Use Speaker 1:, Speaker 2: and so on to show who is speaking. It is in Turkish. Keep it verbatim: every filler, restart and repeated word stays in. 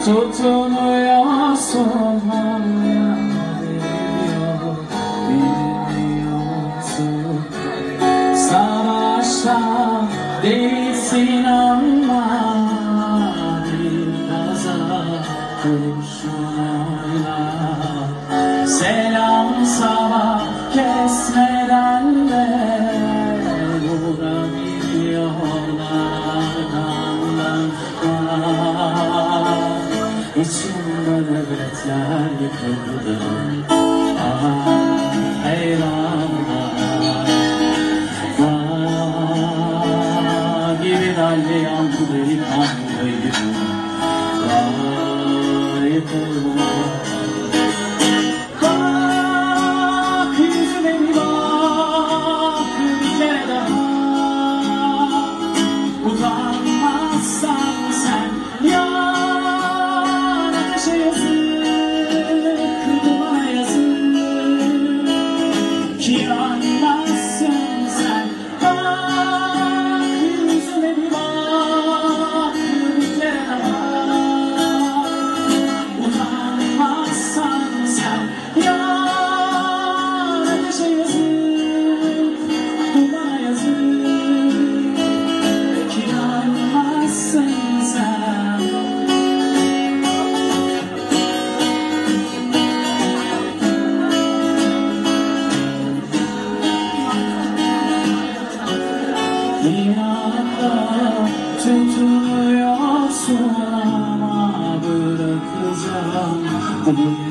Speaker 1: Tutunuyorsun hala, biliyor, bilmiyorsun. Savaşta değilsin ama bir kaza kurşunuyla. Selam sabah kesmeden de vurabiliyorlar arkamdan. İçimde nöbetler yıkıldı. Aha, eyvallah. Vah gibi dalyan delikanlıydım. Vah yıkıldım. Bak yüzüme bir bak bir kere daha. Utanmazsan sen ya. Yanmazsın sen, bak yüzüme bir bak bir kere daha. Utanmazsan sen, yan ateşe yazık, dumana yazık. Ki yanmazsın sen. İnatla tutunuyorsun ama bırakacağım.